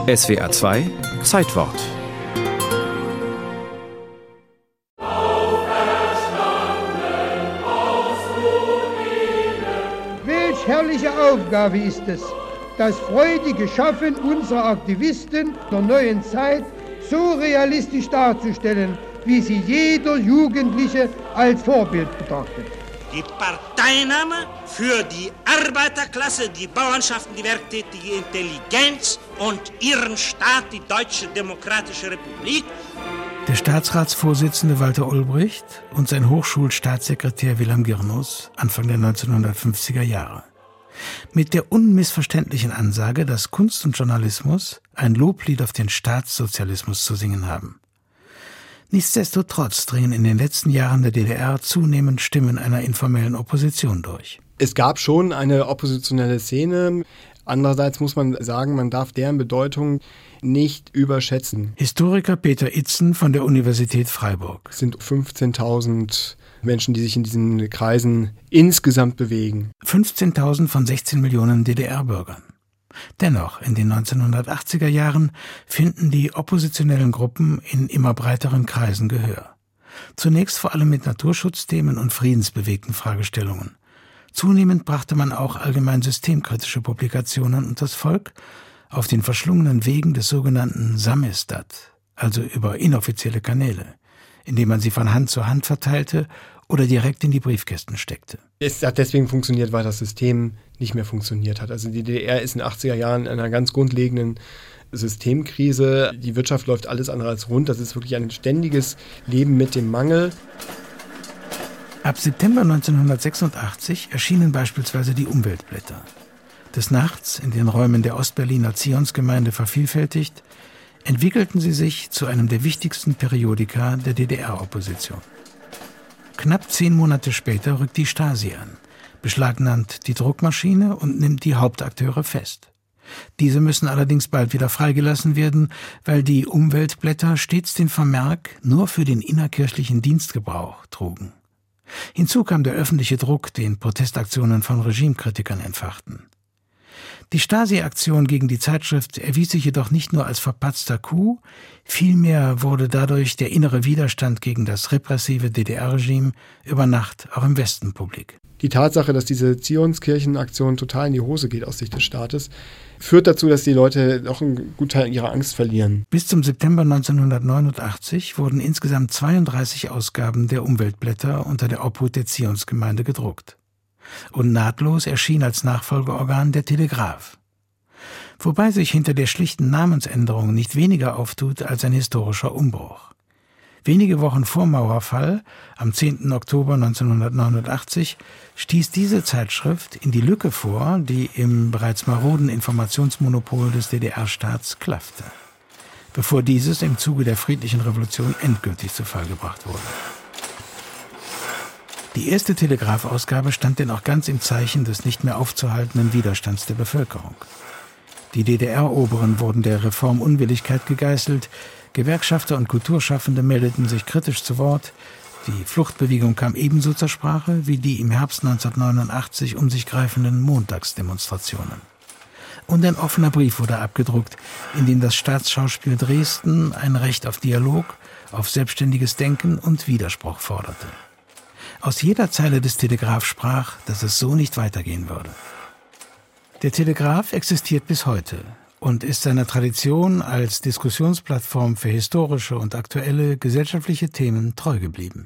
SWR 2 Zeitwort. Welch herrliche Aufgabe ist es, das freudige Schaffen unserer Aktivisten der neuen Zeit so realistisch darzustellen, wie sie jeder Jugendliche als Vorbild betrachtet. Die Parteinahme für die Arbeiterklasse, die Bauernschaften, die werktätige Intelligenz und ihren Staat, die Deutsche Demokratische Republik. Der Staatsratsvorsitzende Walter Ulbricht und sein Hochschulstaatssekretär Wilhelm Girnus Anfang der 1950er Jahre. Mit der unmissverständlichen Ansage, dass Kunst und Journalismus ein Loblied auf den Staatssozialismus zu singen haben. Nichtsdestotrotz dringen in den letzten Jahren der DDR zunehmend Stimmen einer informellen Opposition durch. Es gab schon eine oppositionelle Szene. Andererseits muss man sagen, man darf deren Bedeutung nicht überschätzen. Historiker Peter Itzen von der Universität Freiburg. Es sind 15.000 Menschen, die sich in diesen Kreisen insgesamt bewegen. 15.000 von 16 Millionen DDR-Bürgern. Dennoch, in den 1980er Jahren finden die oppositionellen Gruppen in immer breiteren Kreisen Gehör. Zunächst vor allem mit Naturschutzthemen und friedensbewegten Fragestellungen. Zunehmend brachte man auch allgemein systemkritische Publikationen und das Volk auf den verschlungenen Wegen des sogenannten Samizdat, also über inoffizielle Kanäle, indem man sie von Hand zu Hand verteilte oder direkt in die Briefkästen steckte. Es hat deswegen funktioniert, weil das System nicht mehr funktioniert hat. Also die DDR ist in den 80er Jahren in einer ganz grundlegenden Systemkrise. Die Wirtschaft läuft alles andere als rund. Das ist wirklich ein ständiges Leben mit dem Mangel. Ab September 1986 erschienen beispielsweise die Umweltblätter. Des Nachts, in den Räumen der Ostberliner Zionsgemeinde vervielfältigt, entwickelten sie sich zu einem der wichtigsten Periodika der DDR-Opposition. Knapp 10 Monate später rückt die Stasi an, beschlagnahmt die Druckmaschine und nimmt die Hauptakteure fest. Diese müssen allerdings bald wieder freigelassen werden, weil die Umweltblätter stets den Vermerk nur für den innerkirchlichen Dienstgebrauch trugen. Hinzu kam der öffentliche Druck, den Protestaktionen von Regimekritikern entfachten. Die Stasi-Aktion gegen die Zeitschrift erwies sich jedoch nicht nur als verpatzter Coup, vielmehr wurde dadurch der innere Widerstand gegen das repressive DDR-Regime über Nacht auch im Westen publik. Die Tatsache, dass diese Zionskirchenaktion total in die Hose geht aus Sicht des Staates, führt dazu, dass die Leute auch einen guten Teil ihrer Angst verlieren. Bis zum September 1989 wurden insgesamt 32 Ausgaben der Umweltblätter unter der Obhut der Zionsgemeinde gedruckt. Und nahtlos erschien als Nachfolgeorgan der Telegraph. Wobei sich hinter der schlichten Namensänderung nicht weniger auftut als ein historischer Umbruch. Wenige Wochen vor Mauerfall, am 10. Oktober 1989, stieß diese Zeitschrift in die Lücke vor, die im bereits maroden Informationsmonopol des DDR-Staats klaffte, bevor dieses im Zuge der friedlichen Revolution endgültig zu Fall gebracht wurde. Die erste Telegraph-Ausgabe stand denn auch ganz im Zeichen des nicht mehr aufzuhaltenden Widerstands der Bevölkerung. Die DDR-Oberen wurden der Reformunwilligkeit gegeißelt, Gewerkschafter und Kulturschaffende meldeten sich kritisch zu Wort, die Fluchtbewegung kam ebenso zur Sprache wie die im Herbst 1989 um sich greifenden Montagsdemonstrationen. Und ein offener Brief wurde abgedruckt, in dem das Staatsschauspiel Dresden ein Recht auf Dialog, auf selbstständiges Denken und Widerspruch forderte. Aus jeder Zeile des Telegraph sprach, dass es so nicht weitergehen würde. Der Telegraph existiert bis heute und ist seiner Tradition als Diskussionsplattform für historische und aktuelle gesellschaftliche Themen treu geblieben.